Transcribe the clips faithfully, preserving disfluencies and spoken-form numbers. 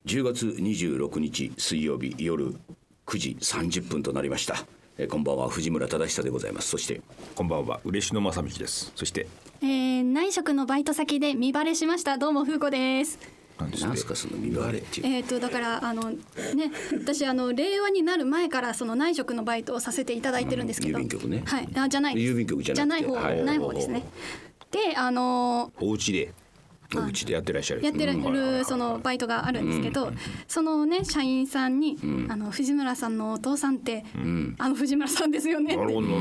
じゅうがつにじゅうろくにち水曜日夜くじさんじゅっぷんとなりました。えこんばんは、藤村忠久でございます。そしてこんばんは、嬉野正道です。そして、 えー、内職のバイト先で見バレしました。どうも風子です。 何ですかその見バレっていう。 えーとだからあのね私あの令和になる前からその内職のバイトをさせていただいてるんですけど、 うん、郵便局ね。 はい、あじゃないです。 郵便局じゃなくてじゃない方、はい、ない方ですね。であのお家でお家でやってらっしゃるやってるそのバイトがあるんですけど、うん、そのね社員さんに、うん、あの藤村さんのお父さんって、うん、あの藤村さんですよねって、うん、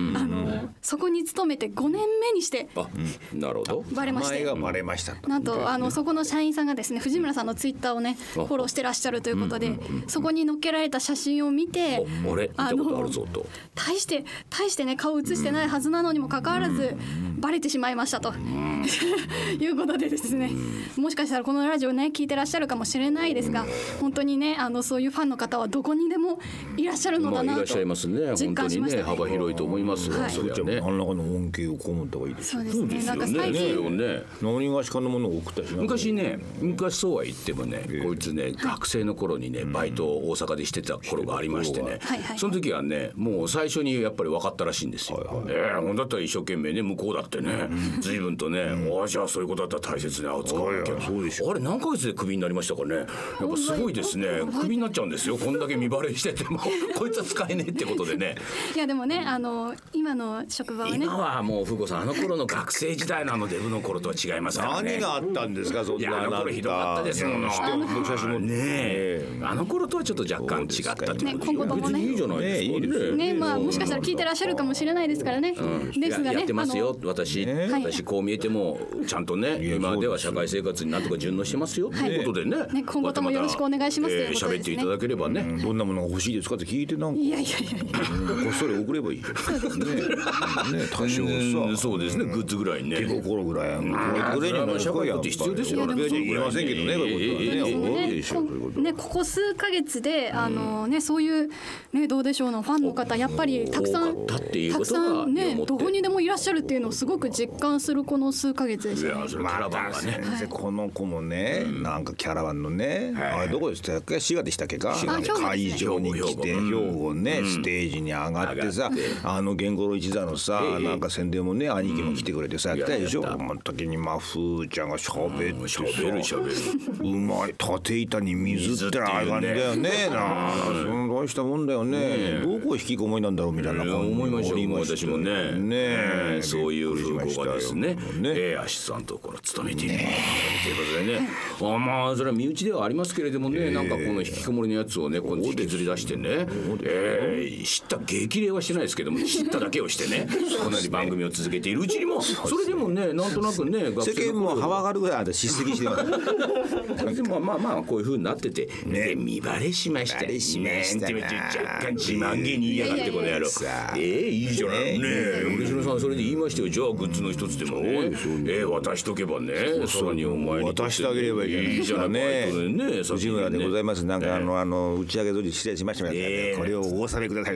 あのそこに勤めてごねんめにしてあ、うん、なるほどバレまして、 名前がバレましたと。 なんとあのそこの社員さんがですね藤村さんのツイッターをねフォローしてらっしゃるということで、そこに載っけられた写真を見て、 あれ見たことあるぞと、 大して大してね顔写してないはずなのにもかかわらずバレてしまいましたということでですね、もしかしたらこのラジオね聞いてらっしゃるかもしれないですが、本当にねあのそういうファンの方はどこにでもいらっしゃるのだなと実感しました。 まあ、いらっしゃいますね。本当にね幅広いと思いますが、はい、それはね何らかの恩恵を被った方がいいですよ。 そうですね。なんか最近、 ね、何がしかのものを送ったし昔ね昔そうは言ってもね、えー、こいつね学生の頃にねバイトを大阪でしてた頃がありましてね、はいはい、その時はねもう最初にやっぱり分かったらしいんですよ。はいはい、えー、ほんだったら一生懸命ね向こうだってね、うん、随分とね、うん、あじゃあそういうことだったら大切に扱わなきゃ。あれ何ヶ月でクビになりましたかね。やっぱすごいですね。クビになっちゃうんですよ。こんだけ見バレしててもこいつは使えねえってことでね。 いやでもねあの今の職場はね今はもう風子さんあの頃の学生時代のあのデブの頃とは違いますからね。 何があったんですかそんな。いやあの頃ひどかったですもの。 写真もねえあの頃とはちょっと若干違ったってことで、 ね、今後ともねいいじゃないですか ね, ね, ねまあもしかしたら聞いてらっしゃるかもしれないですからね、うん、ですがねや, やってますよ私、ね、私こう見えてもちゃんとね今では社会生活になんとか順応してますよということでね、 ね今後ともよろしくお願いしますということですね。 喋っていただければね、 うん、どんなものが欲しいですかって聞いてなんかいやいやいやいやこっそり送ればいいそうですねね多少さそうですねグッズぐらいね手心ぐらいこれには社会って必要ですよ。 言えませんけどねねここ数ヶ月であのねそういうねどうでしょうのファンの方やっぱりたくさんたくさんねどこにでもいらっしゃるっていうのをすごく実感するこの数ヶ月ですね。 また先生この子もねなんかキャラバンのねあれどこでしたっけ滋賀でしたっけか会場に来て兵庫ねステージに上がってさあの源五郎一座のさなんか宣伝もね兄貴も来てくれてさやったでしょ。その時にまあふーちゃんがしゃべってさうまい縦板に水ってあれ感じだよねなその大したもんだよね。どこ引きこもりなんだろうみたいな感じ思いましたよ私もねねそういう風子がですねアシスタントをこの務めているということでねあまあそれは身内ではありますけれどもねなんかこの引きこもりのやつをねこう引きずり出してねえ知った激励はしてないですけども知っただけをしてねこのように番組を続けているうちにもそれでもねなんとなくね世間もはわがるぐらいしすぎしてますそれでもまあまあこういう風になっててね見バレしましたね若干自慢げに言いやがってこの野郎えーいいじゃないねえ嬉野さんそれで言いましたよ。じゃあグッズの一つでもねえ渡しとけばねさらにお前に渡してあげればいいじゃないね。藤村でございます。なんかあのあの打ち上げ通り失礼しましたねこれをお納めください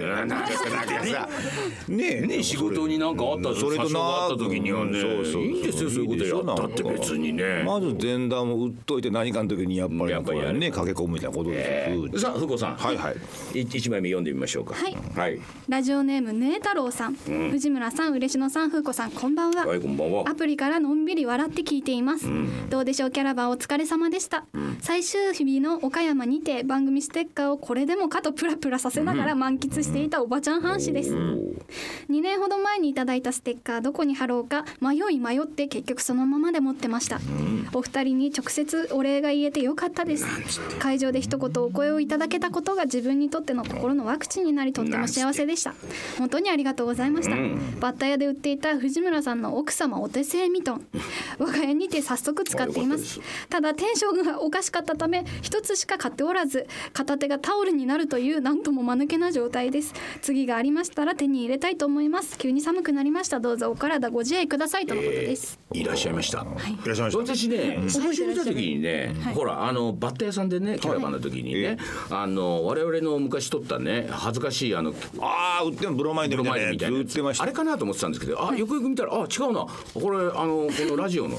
ねえ仕事になんかあったそれとなあった時にはねいいんですよそういうことやったって別にねまず前段を打っといて何かの時にやっぱりこれね駆け込むみたいなことですよ。 さあ風子さんはいはい一枚目読んでみましょうか。 はいラジオネームねえ太郎さん藤村さん嬉野さん風子さんこんばんは。 はいこんばんは。 アプリからのんびり笑って聞いています、うん、どうでしょうキャラバンお疲れ様でした、うん、最終日の岡山にて番組ステッカーをこれでもかとプラプラさせながら満喫していたおばちゃん藩士です、うん、にねんほど前にいただいたステッカーどこに貼ろうか迷い迷って結局そのままで持ってました、うん、お二人に直接お礼が言えてよかったです。会場で一言お声をいただけたことが自分にとっての心のワクチンになりとっても幸せでした。本当にありがとうございました、うん、バッタ屋で売っていた藤村さんの奥様お手製ミトン我が家にて早速使っています。ただテンションがおかしかったため一つしか買っておらず片手がタオルになるというなんとも間抜けな状態です。次がありましたら手に入れたいと思います。急に寒くなりました。どうぞお体ご自愛くださいとのことです、 えー、いらっしゃいました、はい、 いらっしゃいました。 私ね、うん、最初見た時にね、はい、ほらあのバッタ屋さんでねキャラバンの時にね、はい、あの我々の昔撮ったね恥ずかしいあのあー売ってるブロマイドみたいなやつ売ってました。 あれかなと思ってたんですけどあよくよく見たらあ違うなこれあのこのラジオのね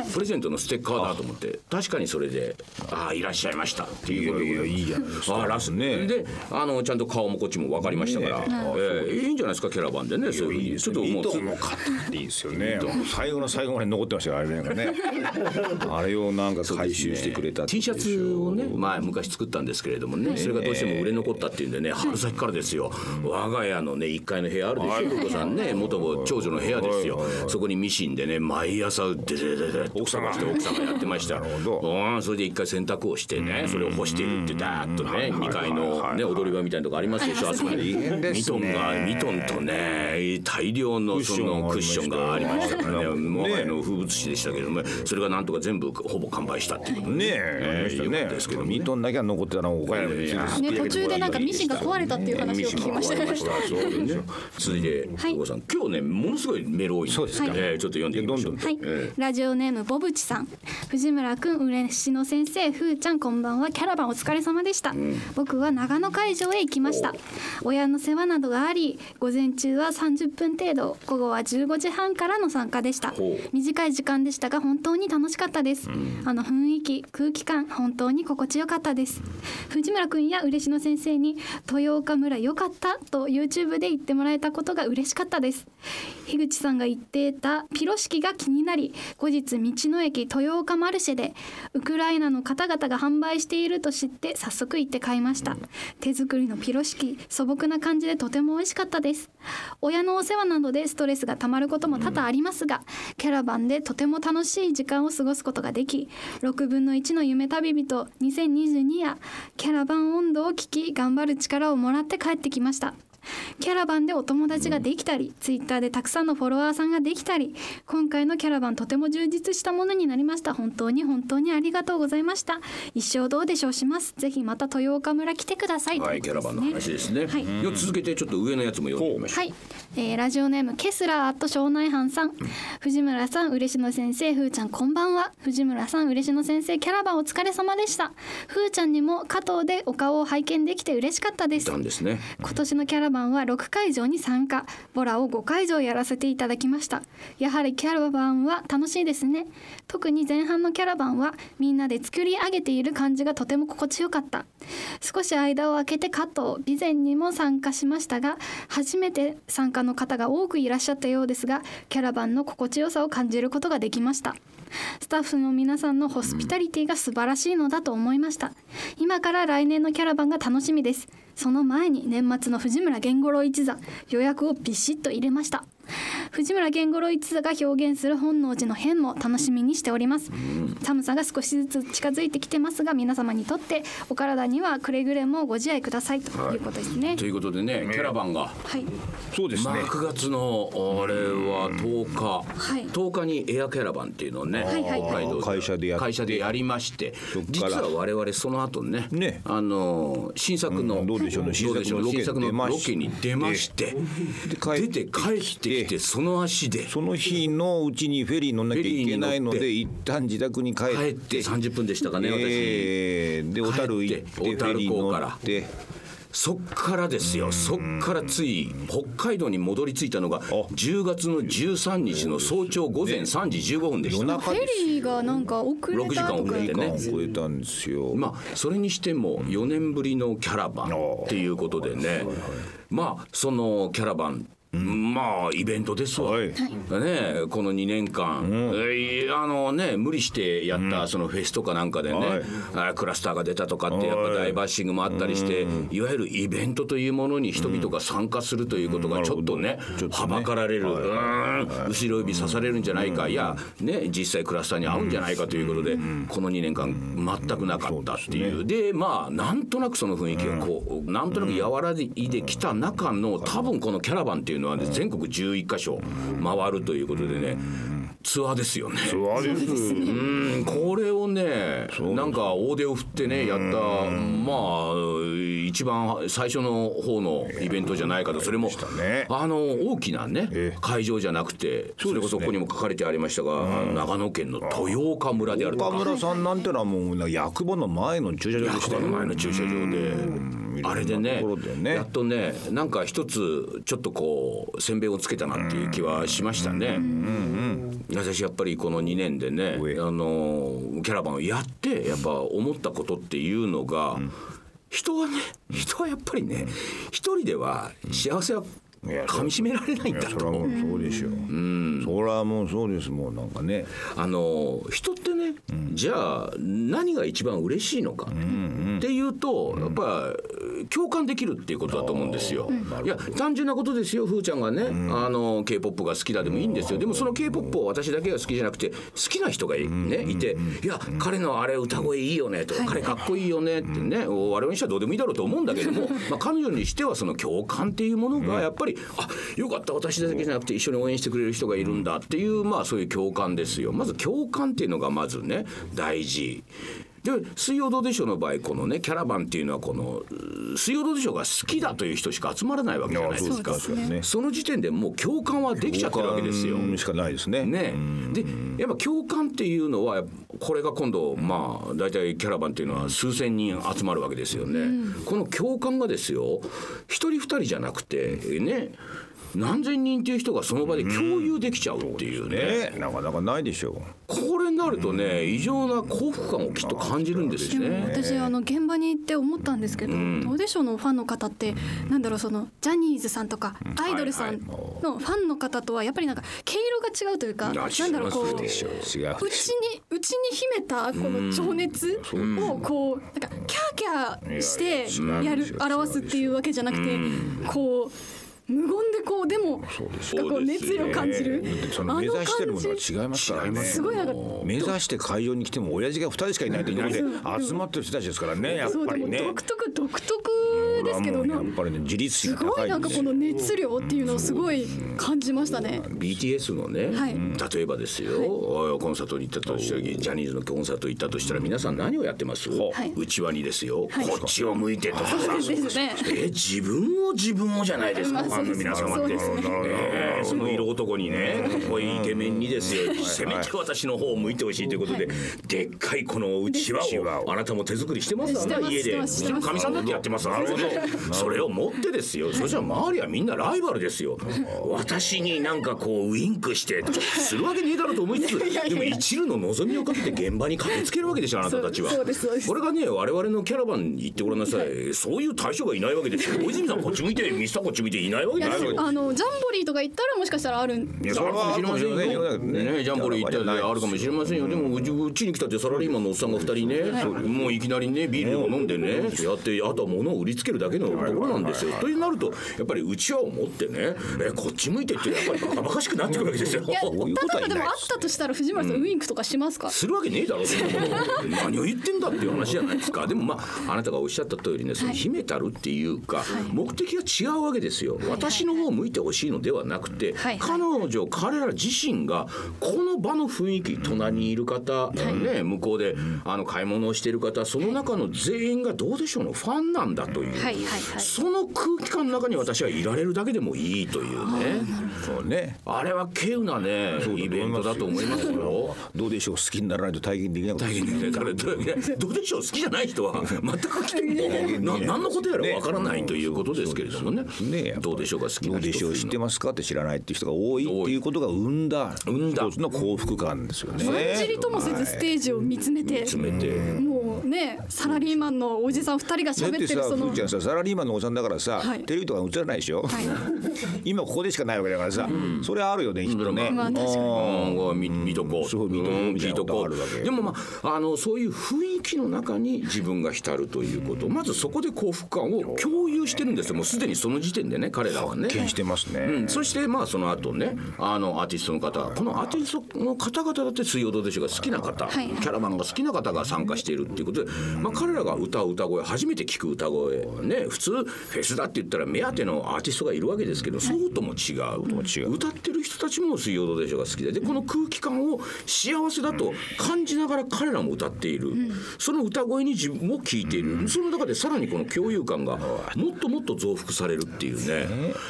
プレゼントのステッカーだと思って確かにそれでああいらっしゃいましたっていうことで、いやいやいいじゃないですか。あラスねであのちゃんと顔もこっちも分かりましたから、ねえー、いいんじゃないですかキャラバンでね。そういうふうにちょっと思う。 糸の型っていいですよね。最後の最後まで残ってましたよあれなんかね。あれをなんか回収してくれた、 ね、T シャツをね、まあ、昔作ったんですけれどもね、はい、それがどうしても売れ残ったっていうんでね、はい、春先からですよ、うん、我が家のねいっかいの部屋あるでしょ、お子さんね元長女の部屋ですよ、そこにミシンでね毎朝デデデデ奥様して奥様やってました。うんそれでいっかい洗濯をしてねそれを干していってダーッとねにかいの、ね、踊り場みたいなとこありますでしょ、あそこにミトンがミトンとね大量のそのクッションがありましたからね、我が家の風物詩でしたけども、それがなんとか全部ほぼ完売したっていうことねえー、ねですけど、ね、 ミトンだけは残ってたの岡山で、 ね、途中でなんかミシンが壊れたっていう話を聞きました。 続いて久保さん、今日ねものすごいメール多いんで、そうですか、えー、ちょっと読んでみましょう。 はい、えー、ラジオネームボブチさん、藤村くん、嬉野先生、ふーちゃんこんばんは。キャラバンお疲れ様でした、うん、僕は長野会場へ行きました。親の世話などがあり午前中はさんじゅっぷん程度、午後はじゅうごじはんからの参加でした。短い時間でしたが本当に楽しかったです、うん、あの雰囲気空気感本当に心地よかったです。藤村くんや嬉野先生に豊岡村良かったと YouTube で言ってもらえたことが嬉しかったです。樋口さんが言っていたピロ式が気になり、後日道の駅豊岡マルシェでウクライナの方々が販売していると知って早速行って買いました。手作りのピロ式、素朴な感じでとても美味しかったです。親のお世話などでストレスがたまることも多々ありますが、キャラバンでとても楽しい時間を過ごすことができ、ろくぶんのいちの夢旅人にせんにじゅうにやキャラバン温度を聞き頑張る力をもらって帰ってきました。キャラバンでお友達ができたり、ツイッターでたくさんのフォロワーさんができたり、今回のキャラバンとても充実したものになりました。本当に本当にありがとうございました。一生どうでしょうします。ぜひまた豊岡村来てください。 はい、キャラバンの話ですね、はい、続けてちょっと上のやつも読んでみましょう。 はい、えー、ラジオネームケスラーと庄内藩さん、藤村さん、嬉野先生、ふーちゃんこんばんは。藤村さん、嬉野先生、キャラバンお疲れ様でした。ふーちゃんにも加藤でお顔を拝見できて嬉しかったです。 いたんですね。 今年のキャラバンはろっかいじょうに参加、ボラをごかいじょうやらせていただきました。やはりキャラバンは楽しいですね。特に前半のキャラバンはみんなで作り上げている感じがとても心地よかった。少し間を空けて加藤、備前にも参加しましたが、初めて参加の方が多くいらっしゃったようですが、キャラバンの心地よさを感じることができました。スタッフの皆さんのホスピタリティが素晴らしいのだと思いました。今から来年のキャラバンが楽しみです。その前に年末の藤村源五郎一座予約をビシッと入れました。藤村源五郎一座が表現する本能寺の変も楽しみにしております。寒さが少しずつ近づいてきてますが、皆様にとってお体にはくれぐれもご自愛くださいということですね、 はい、ということでね、キャラバンが、はい、 そうですね、まあ、 くがつのあれはとおか、はい、とおかにエアキャラバンっていうのをね、はいはいはい、 会社でや会社でやりまして、実は我々その後ね、ね、あの新作の、うん、どうでしょうね、新作のロケに出まして、で出て帰ってきて、その足でその日のうちにフェリー乗んなきゃいけないので一旦自宅に帰って帰ってさんじゅっぷんでしたかね、 えー、私で小樽行ってフェリー乗って、 そっからですよ、そっからつい北海道に戻り着いたのがじゅうがつのじゅうさんにちの早朝午前さんじじゅうごふんでした。 フェリーがなんか遅れたろくじかん遅れてね、 遅れたんですよ。 まあそれにしてもよねんぶりのキャラバンっていうことでね、まあそのキャラバン、うん、まあイベントですわ、はい、ね、このにねんかん、うん、えー、あのね無理してやったそのフェスとかなんかでね、はい、クラスターが出たとかってやっぱ大バッシングもあったりして、いわゆるイベントというものに人々が参加するということがちょっとね、うん、はばかられる、はい、うん、後ろ指刺されるんじゃないか、うん、いやね実際クラスターに合うんじゃないかということで、うん、このにねんかん全くなかったっていう、うん、で, でまあなんとなくその雰囲気がこう、うん、なんとなく和らいできた中の、多分このキャラバンっていうのは、ね、全国じゅういっかしょ回るということでね、ツアーですよね。 ツアーです。 うん、これをね、なんか大手を振ってねやった、まあ一番最初の方のイベントじゃないかと。それもあの大きなね会場じゃなくて、それこそここにも書かれてありましたが、長野県の豊岡村であるとか。 豊岡村さんなんてのはもう役場の前の駐車場でしたよ。 役場の前の駐車場で。 あれで ね, ねやっとねなんか一つちょっとこう先べをつけたなっていう気はしましたね。うんうんうん、私やっぱりこのにねんでねあのキャラバンをやってやっぱ思ったことっていうのが、うん、人はね人はやっぱりね一人では幸せは噛み締められないんだと。 それはもうそうでしょう、うん、それはもうそうです。もうなんかねあの人ってね、うん、じゃあ何が一番嬉しいのかっていうと、うん、やっぱ共感できるっていうことだと思うんですよ、うん、いや単純なことですよ。ふーちゃんがね、うん、あの K-ポップ が好きだでもいいんですよ。でもその K-ポップ を私だけが好きじゃなくて好きな人が い,、ね、いて、いや彼のあれ歌声いいよねとか、彼かっこいいよねってね、我々にしてはどうでもいいだろうと思うんだけどもまあ彼女にしてはその共感っていうものがやっぱりあよかった私だけじゃなくて一緒に応援してくれる人がいるんだっていう、まあそういう共感ですよ。まず共感っていうのがまずね大事で、水曜どうでしょうの場合このねキャラバンっていうのはこの水曜どうでしょうが好きだという人しか集まらないわけじゃないですか。 そ, ね、その時点でもう共感はできちゃってるわけですよ。 共感しかないですね。 ねでやっぱ共感っていうのはこれが今度まあ大体キャラバンっていうのは数千人集まるわけですよね、うん、この共感がですよ一人二人じゃなくてね何千人っていう人がその場で共有できちゃうっていうね、 うん、ねなかなかないでしょう。 これになるとね異常な幸福感をきっと感じるんですね。 でも私あの現場に行って思ったんですけど、うん、どうでしょうのファンの方ってなんだろうそのジャニーズさんとかアイドルさんのファンの方とはやっぱりなんか毛色が違うというか、なんだろうこううちにうちに秘めたこの情熱をこうなんかキャーキャーしてやる表すっていうわけじゃなくてこう無言でこうでもこう熱量を感じる、 その目指してるものは違いますからね。 すごいなんか目指して会場に来ても親父がふたりしかいないということで集まってる人たちですからね。やっぱりね独特独特ですけどやっぱりね自立心が高いんですよ。 すごいなんかこの熱量っていうのをすごい感じましたね。 ビーティーエス のね、はい、例えばですよ、はい、コンサートに行ったとしたらジャニーズのコンサートに行ったとしたら皆さん何をやってます、はい、内輪にですよ、はい、こっちを向いてとかさ、 そうですね、 え自分を自分をじゃないですか、ファンの皆様って、えー、その色男にねかっこいいイケメンにですよ、せめて私の方を向いてほしいということで、はい、でっかいこの内輪をあなたも手作りしてますか家でかみさんだってやってます。なるほどそれを持ってですよ、そしたら周りはみんなライバルですよ。私になんかこうウインクしてするわけねえだろうと思いつつでも一縷の望みをかけて現場に駆けつけるわけでしょあなたたちは。 そうですそうです。 これがね我々のキャラバンに行ってごらんなさい、はい、そういう対象がいないわけですよ。大泉さんこっち向いてミスターこっち向いていないわけですよ。 あのジャンボリーとか行ったらもしかしたらあるんいやそれはあるかもしれませんよ、ねね、ジャンボリー行ったらあるかもしれませんよ。でもうち、うちに来たってサラリーマンのおっさんがふたりね、はい、もういきなりねビールを飲んでねやってあとは物を売りつけるだけのところなんですよ。というなるとやっぱりうちわを持ってねえこっち向いてってやっぱりバカバカしくなってくるわけですよ。いや例えばでもあったとしたら藤森さん、うん、ウインクとかしますか。 するわけねえだろそんなもの何を言ってんだっていう話じゃないですか。でもまああなたがおっしゃった通りねその秘めたるっていうか、はい、目的が違うわけですよ、はい、私の方を向いてほしいのではなくて、はい、彼女彼ら自身がこの場の雰囲気隣にいる方、はいね、向こうであの買い物をしている方その中の全員がどうでしょうのファンなんだという、はいはいはい、その空気感の中に私はいられるだけでもいいというね。 そうねあれは稀有なねイベントだと思いますよ。 どうでしょう好きにならないと体験できないこと体験できないどうでしょう好きじゃない人は全く来ても何のことやらわからないということですけれどもね。ねどうでしょうか好きな人どうでしょう知ってますかって知らないっていう人が多いっていうことが生んだ一つの幸福感ですよね。 まんじりともせずステージを見つめて、 見つめてもうねサラリーマンのおじさんふたりが喋ってるそのだってさふーちゃんさサラリーマンのおじさんだからさ、はい、テレビとか映らないでしょ、はい、今ここでしかないわけだからさ、うん、それあるよねきっとね、 まあ、確かに見とこうそう見とこう見とこうでもまああのそういう雰囲気の中に自分が浸るということ、うん、まずそこで幸福感を共有してるんですよ。もうすでにその時点でね彼らはね発見してますね、 うん、そしてまあその後ねあのアーティストの方このアーティストの方々だって水曜どうでしょうが好きな方、はい、キャラバンが好きな方が参加しているっていうことで、まあ、彼らが歌う歌声初めて聞く歌声ね普通フェスだって言ったら目当てのアーティストがいるわけですけど、はい、そうとも違う、歌ってる人たちも水曜どうでしょうが好きで、でこの空気感を幸せだと感じながら彼らも歌っている、うん、その歌声に自分も聴いている、うん、その中でさらにこの共有感がもっともっと増幅されるっていうね。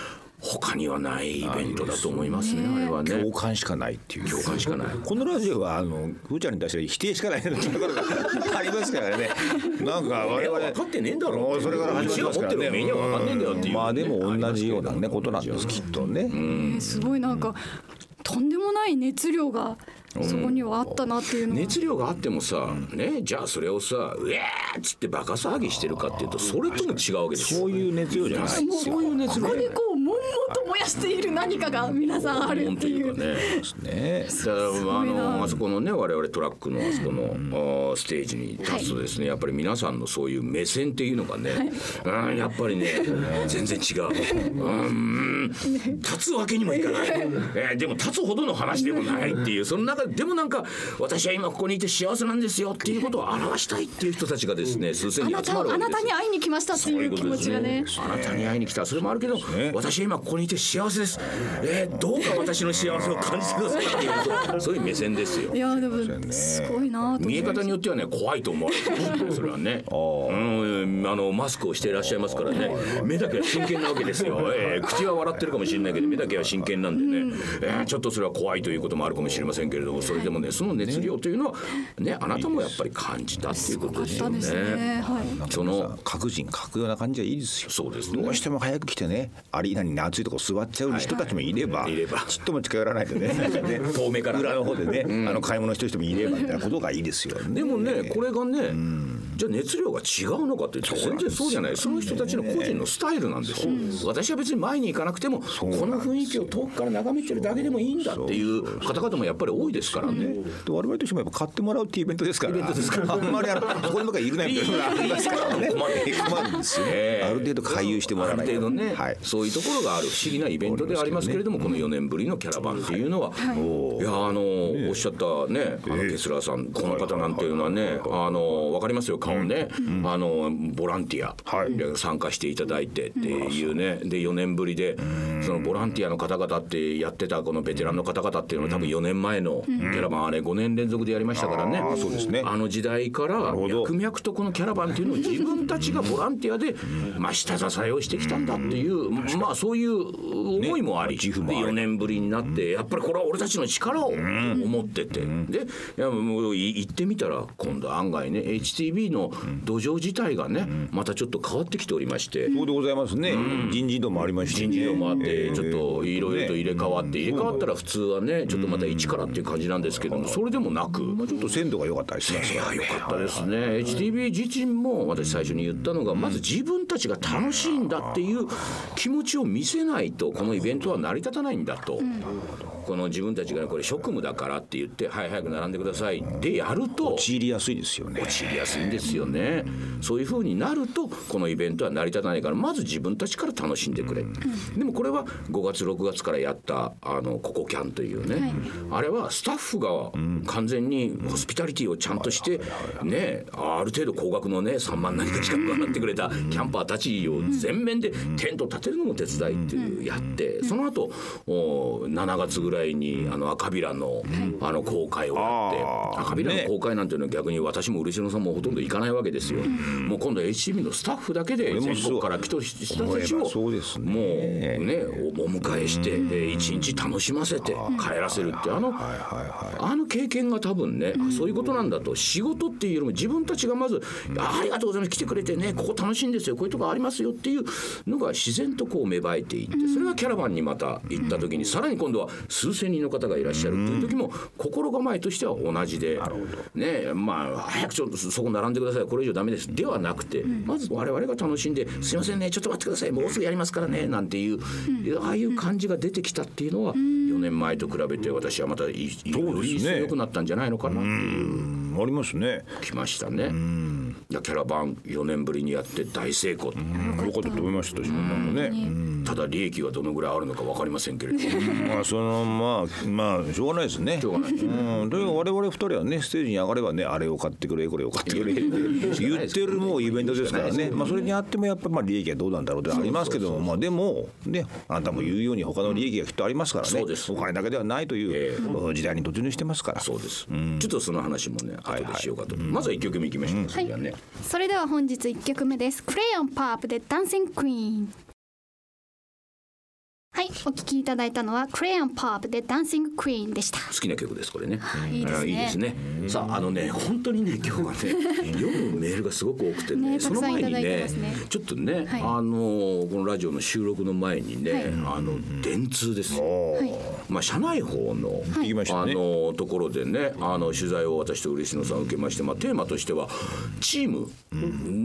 他にはないイベントだと思いますね。あれはね共感しかないっていう共感しかない。 このラジオはあのふーちゃんに対して否定しかないところがありますからね。なんか我々 分かってねえんだろう。 それから始まりますからね。 目には分かんねえんだよっていう。 まあでも同じようなねことなんですきっとね。 うんすごいなんかとんでもない熱量がそこにはあったなっていうのは、 熱量があってもさ、ね、じゃあそれをさうえーっつってバカ騒ぎしてるかっていうとそれとも違うわけですよ。 そういう熱量じゃない。 そういう熱量。 ここにこう悶々と燃やしている何かが皆さんあるっていう。 ね。ね。だからあのあそこのね我々トラックのあそこのステージに立つとですね、やっぱり皆さんのそういう目線っていうのがね、はい、うんやっぱりね全然違う。うん立つわけにもいかない。えー、でも立つほどの話でもないっていうその中でもなんか私は今ここにいて幸せなんですよっていうことを表したいっていう人たちがですね数千人集まるわけです。 あなたに会いに来ましたっていう気持ちがね。 あなたに会いに来たそれもあるけど、私は今ここにいて幸せです。えー、どうか私の幸せを感じてくださいっていうそういう目線ですよ。 いやでもすごいなと。 見え方によってはね怖いと思われるそれはね。うんあのマスクをしていらっしゃいますからね目だけは真剣なわけですよ。えー、口は笑ってるかもしれないけど目だけは真剣なんでね、うんえー、ちょっとそれは怖いということもあるかもしれませんけれどもそれでもねその熱量というのはねあなたもやっぱり感じたっていうことですよね。 その各人各ような感じはいいですよ。 そうですね。 どうしても早く来てねアリーナに暑いとこ座っちゃう人たちもいれば、はいはい、ちっとも近寄らないでね遠目から裏の方でね、うん、あの買い物してる人もいればみたいなことがいいですよね。 でもねこれがね、うん、じゃあ熱量が違うのかって言って全然そうじゃない。その人たちの個人のスタイルなんですよ。私は別に前に行かなくてもこの雰囲気を遠くから眺めてるだけでもいいんだっていう方々もやっぱり多いですからね。 我々としてもやっぱ買ってもらうっていうイベントですから。イベントですからあんまりあのそこにばかりいるなみたいなのがありますからね。困るんですよ、えー、ある程度回遊してもらわないと。 ある程度ね、はい、そういうところがある不思議なイベントでありますけれども、このよねんぶりのキャラバンっていうのは、はい、いやあの、ね、おっしゃったねあのケスラーさんこの方なんていうのはねあの分かりますよ顔ね、うん、あのボランティア、はい、参加していただいてっていうねでよねんぶりでそのボランティアの方々ってやってたこのベテランの方々っていうのは多分よねんまえのキャラバンあれごねん連続でやりましたからね。あ、そうですね。あの時代から脈々とこのキャラバンっていうのを自分たちがボランティアでまあ下支えをしてきたんだっていうまあそういう思いもありでよねんぶりになってやっぱりこれは俺たちの力を思っててでいやもう行ってみたら今度案外ね エイチティービー の土壌自体がねまたちょっと変わってきておりましてそうでございますね、うん、人事異動もありまして、ね、 人事異動もあって、えー、ちょっといろいろと入れ替わって入れ替わったら普通はねちょっとまた一からっていう感じなんですけどもそれでもなく、まあ、 ちょっと鮮度が良かったですね。 いや良かったですね、はいはい、エイチティービー 自身も私最初に言ったのがまず自分たちが楽しいんだっていう気持ちを見せないとこのイベントは成り立たないんだと、うん、この自分たちが、ね、これ職務だからって言ってはい早く並んでくださいでやると陥りやすいですよね。 陥りやすいんですよね、うん、そういう風になるとこのイベントは成り立たないからまず自分たちから楽しんでくれ、うん、でもこれはごがつろくがつからやったあのココキャンというね、はい、あれはスタッフが完全にホスピタリティをちゃんとしてねある程度高額のねさんまん何か近く払ってくれたキャンパーたちを全面でテント立てるのも手伝いっていうやってその後おしちがつぐらいにあの赤ビラのあの公開をやって赤ビラの公開なんていうのは逆に私も嬉野さんもほとんど行かないわけですよ。もう今度 エイチティービー のスタッフだけで全国から来た人たちをもうねお迎えして一日楽しませて帰らせるってあのあの経験が多分ねそういうことなんだと仕事っていうよりも自分たちがまず あ, ありがとうございます来てくれてねここ楽しいんですよこういうとこありますよっていうのが自然とこう芽生えていってそれがキャラバンにまた行った時にさらに今度は数千人の方がいらっしゃるっていう時も心構えとしては同じでねまあ早くちょっとそこ並んでくださいこれ以上ダメですではなくてまず我々が楽しんですいませんねちょっと待ってくださいもうすぐやりますからねなんていうああいう感じが出てきたっていうのはよねんまえと比べて私はまたより一層良くなったんじゃないのかなっていうありますねきましたね。いやキャラバンよねんぶりにやって大成功よかったと思いましたしね。 ただ利益がどのぐらいあるのか分かりませんけれどもまあそのまあまあしょうがないですね。 しょうがない。 うんだから我々ふたりはねステージに上がればねあれを買ってくれこれを買ってくれ言ってるもうイベントですからね。まあそれにあってもやっぱりまあ利益はどうなんだろうってありますけどもまあでもねあなたも言うように他の利益がきっとありますからね。お金だけではないという時代に突入してますから。 そうです。ちょっとその話もね後でしようかと。まずはいっきょくめいきましょう。 はい。それでは本日いっきょくめです。クレヨンパープでダンシングクイーン。 はい、お聞きいただいたのはクレヨンポップでダンシングクイーンでした。 好きな曲ですこれね。 いいですね。 いいですね。さああのね本当にね今日はね読むメールがすごく多くてね、その前にねちょっとね、はい、あのこのラジオの収録の前にね、はい、あの電通ですよ。はい、まあ社内報の、はい、あのところでねあの取材を私と嬉野さん受けまして、まあテーマとしてはチーム、うん、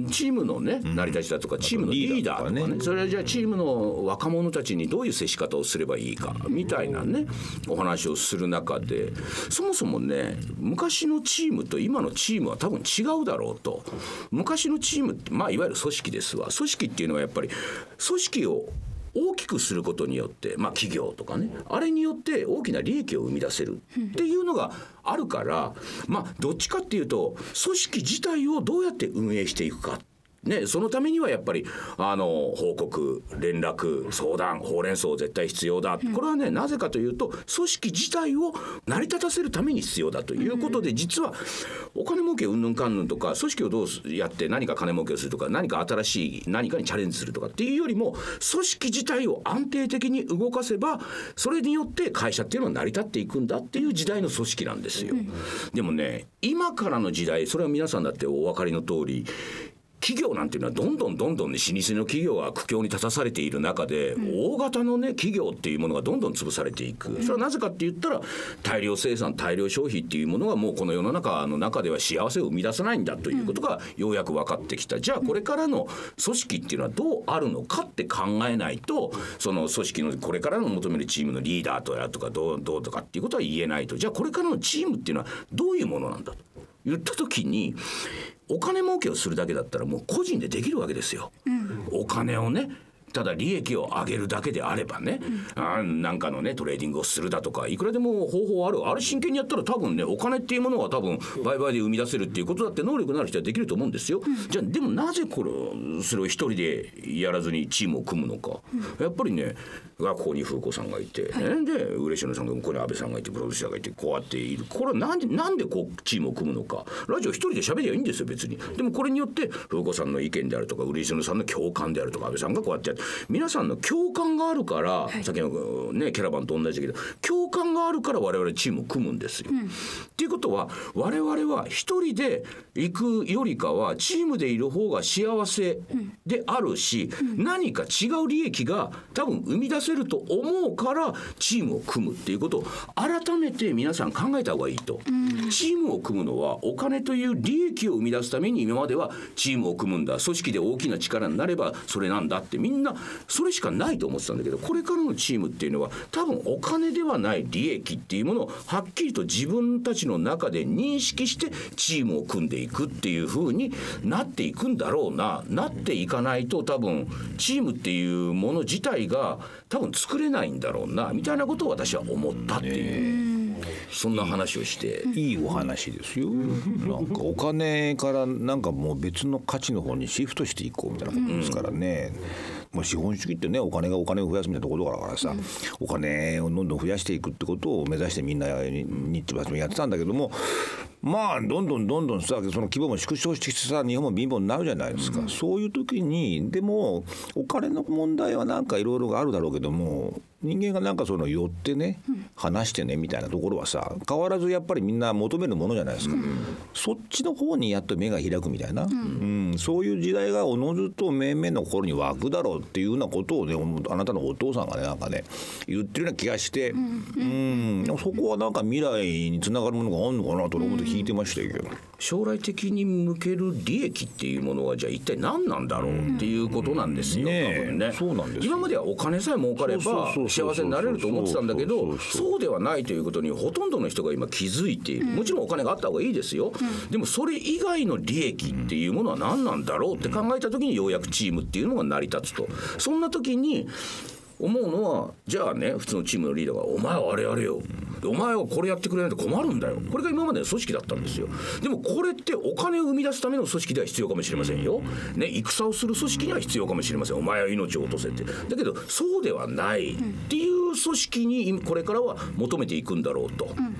チームのね成り立ちだとかチームのリーダーとかね、それはじゃあチームの若者たちにどういう接し方をすればいいかみたいなねお話をする中で、そもそもね昔のチームと今のチームは多分違うだろうと。昔のチームってまあいわゆる組織ですわ。組織っていうのはやっぱり組織を大きくすることによって、まあ、企業とかねあれによって大きな利益を生み出せるっていうのがあるから、まあどっちかっていうと組織自体をどうやって運営していくかね、そのためにはやっぱりあの報告連絡相談ほうれん草絶対必要だ。これはねなぜかというと組織自体を成り立たせるために必要だということで、実はお金儲けうんぬんかんぬんとか組織をどうやって何か金儲けをするとか何か新しい何かにチャレンジするとかっていうよりも組織自体を安定的に動かせばそれによって会社っていうのは成り立っていくんだっていう時代の組織なんですよ。でもね今からの時代それは皆さんだってお分かりの通り企業なんていうのはどんどんどんどんね老舗の企業が苦境に立たされている中で、うん、大型のね企業っていうものがどんどん潰されていく。それはなぜかって言ったら大量生産大量消費っていうものがもうこの世の中の中では幸せを生み出さないんだということがようやく分かってきた。じゃあこれからの組織っていうのはどうあるのかって考えないとその組織のこれからの求めるチームのリーダーとやとかどうどうとかっていうことは言えないと。じゃあこれからのチームっていうのはどういうものなんだと言った時にお金儲けをするだけだったらもう個人でできるわけですよ、うん、お金をねただ利益を上げるだけであればね、うん、あなんかのねトレーディングをするだとかいくらでも方法ある。あれ真剣にやったら多分ねお金っていうものは多分売買で生み出せるっていうことだって能力のある人はできると思うんですよ、うん、じゃあでもなぜこれそれを一人でやらずにチームを組むのか、うん、やっぱりねここに風子さんがいて、はい、で嬉野さんがここに安倍さんがいてプロデューサーがいてこうやっている。これはなんでなんでこうチームを組むのか。ラジオ一人で喋りゃいいんですよ別に。でもこれによって風子さんの意見であるとか嬉野さんの共感であるとか安倍さんがこうやってやって皆さんの共感があるから、はい、さっきのねキャラバンと同じだけど共感があるから我々チームを組むんですよ、うん、っていうことは我々は一人で行くよりかはチームでいる方が幸せであるし、うん、何か違う利益が多分生み出せると思うからチームを組むっていうことを改めて皆さん考えた方がいいと、うん、チームを組むのはお金という利益を生み出すために今まではチームを組むんだ組織で大きな力になればそれなんだってみんなそれしかないと思ってたんだけどこれからのチームっていうのは多分お金ではない利益っていうものをはっきりと自分たちの中で認識してチームを組んでいくっていう風になっていくんだろうな。なっていかないと多分チームっていうもの自体が多分作れないんだろうなみたいなことを私は思ったっていう、そんな話をしていいお話ですよ。なんかお金からなんかもう別の価値の方にシフトしていこうみたいなことですからね、うん、もう資本主義ってねお金がお金を増やすみたいなところだからさ、うん、お金をどんどん増やしていくってことを目指してみんな日中もやってたんだけどもまあどんどんどんどんさその規模も縮小してきてさ日本も貧乏になるじゃないですか、うん、そういう時にでもお金の問題はなんかいろいろあるだろうけども人間がなんかその寄ってね、うん、話してねみたいなところはさ変わらずやっぱりみんな求めるものじゃないですか、うん、そっちの方にやっと目が開くみたいな、うんうん、そういう時代がおのずと命名の頃に湧くだろうっていうようなことをねあなたのお父さんがねなんかね言ってるような気がして、うんうん、そこはなんか未来につながるものがあるのかなと思って聞いてましたけど、うん、 将来的に向ける利益っていうものはじゃあ一体何なんだろうっていうことなんですよ、うんね、多分ね。そうなんですよ。今まではお金さえ儲かれば幸せになれると思ってたんだけどそうではないということにほとんどの人が今気づいている。もちろんお金があった方がいいですよ、うん、でもそれ以外の利益っていうものは何なんだろうって考えた時にようやくチームっていうのが成り立つと。そんな時に思うのはじゃあね普通のチームのリーダーがお前はあれやれよお前はこれやってくれないと困るんだよ。これが今までの組織だったんですよ。でもこれってお金を生み出すための組織では必要かもしれませんよ、ね、戦をする組織には必要かもしれません。お前は命を落とせって。だけどそうではないっていう組織にこれからは求めていくんだろうと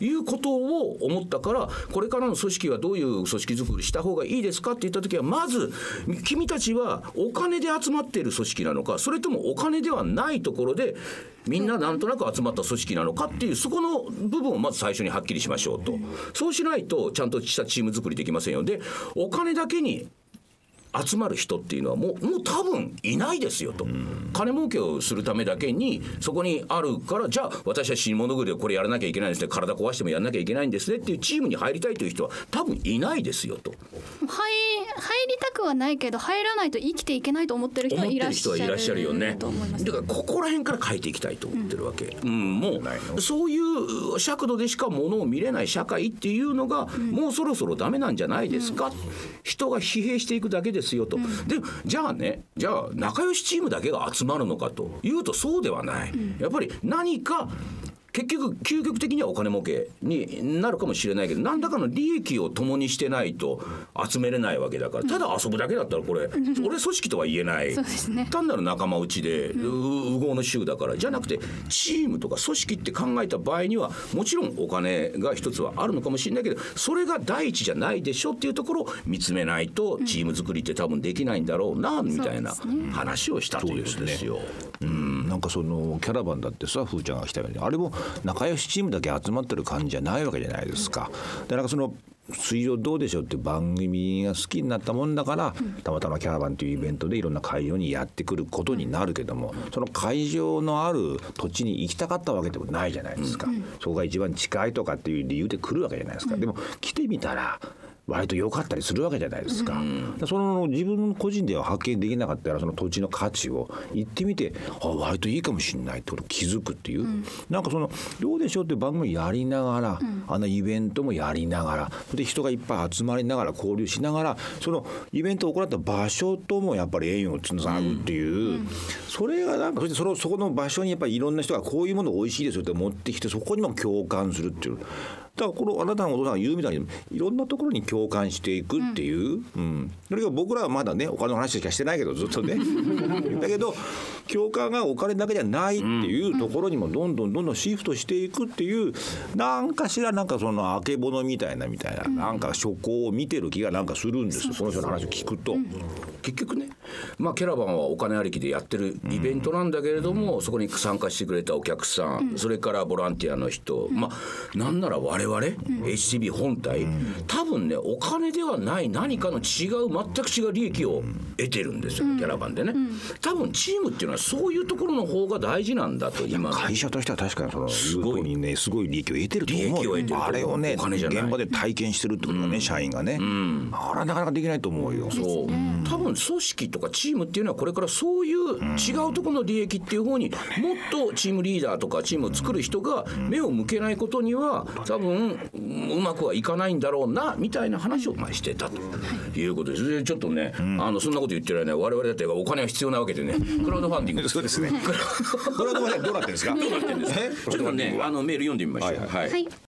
いうことを思ったから、これからの組織はどういう組織作りした方がいいですかって言った時は、まず君たちはお金で集まっている組織なのか、それともお金ではないところでみんななんとなく集まった組織なのかっていう、そこの部分をまず最初にはっきりしましょうと。そうしないとちゃんとしたチーム作りできませんよ。で、お金だけに集まる人っていうのはもう、もう多分いないですよと。金儲けをするためだけにそこにあるから、じゃあ私は死に物狂いでこれやらなきゃいけないんですね、体壊してもやらなきゃいけないんですねっていうチームに入りたいという人は多分いないですよと。 入入りたくはないけど入らないと生きていけないと思ってる人はいらっしゃる。 思ってる人はいらっしゃるよね。 と思います。 だからここら辺から変えていきたいと思ってるわけ、うんうん、もうそういう尺度でしかものを見れない社会っていうのが、うん、もうそろそろダメなんじゃないですか、うん、人が疲弊していくだけですよと、うん、でじゃあね、じゃあ仲良しチームだけが集まるのかというとそうではない、うん、やっぱり何か結局究極的にはお金儲けになるかもしれないけど、何らかの利益を共にしてないと集めれないわけだから、ただ遊ぶだけだったらこれ、うん、俺組織とは言えない、そうですね、単なる仲間内で烏合の衆だから、じゃなくてチームとか組織って考えた場合にはもちろんお金が一つはあるのかもしれないけど、それが第一じゃないでしょっていうところを見つめないとチーム作りって多分できないんだろうなみたいな話をしたというんですよ。 うん、なんかそのキャラバンだってさ、ふーちゃんが来たようにあれも仲良しチームだけ集まってる感じじゃないわけじゃないですか。でなんかその水上どうでしょうって番組が好きになったもんだから、うん、たまたまキャラバンというイベントでいろんな会場にやってくることになるけども、その会場のある土地に行きたかったわけでもないじゃないですか、うん、そこが一番近いとかっていう理由で来るわけじゃないですか、うん、でも来てみたら割と良かったりするわけじゃないですか、うん、その自分個人では発見できなかったらその土地の価値を行ってみて、あ割といいかもしれないってことを気づくっていう、うん、なんかそのどうでしょうっていう番組やりながら、うん、あのイベントもやりながらで人がいっぱい集まりながら交流しながら、そのイベントを行った場所ともやっぱり縁をつなぐっていう、うん、それがなんかそしてそのそこの場所にやっぱりいろんな人がこういうもの美味しいですよって持ってきて、そこにも共感するっていう。だからこのあなたのお父さんが言うみたいにいろんなところに共感していくっていう、うんうん、それが僕らはまだねお金の話しかしてないけどずっとねだけど共感がお金だけじゃないっていうところにもどんどんどんどんシフトしていくっていう、なんかしらなんかそのあけぼのみたいなみたいななんか諸行を見てる気がなんかするんですよ、この人の話を聞くと。 結局ね、まあ、キャラバンはお金ありきでやってるイベントなんだけれども、うん、そこに参加してくれたお客さん、うん、それからボランティアの人、うん、まあなんなら我々、うん、エイチシービー 本体、うん、多分ねお金ではない何かの違う全く違う利益を得てるんですよ、うん、キャラバンでね、うん、多分チームっていうのはそういうところの方が大事なんだと。今会社としては確かにそのすごいにねすごい利益を得てると思う。利益を得てるあれをね現場で体験してるってことがね、うん、社員がね、うん、あれはなかなかできないと思うよ。 そう、うん、多分組織とかチームっていうのはこれからそういう違うところの利益っていう方にもっとチームリーダーとかチームを作る人が目を向けないことには多分うまくはいかないんだろうなみたいな話をしてたということです。でちょっとね、うん、あのそんなこと言ってる間に我々だってお金は必要なわけでね、クラウドファンディングそうですねクラウドファンディングどうなってるんですかどうなってるんですかちょっとねあのメール読んでみましょう。はい、はいはい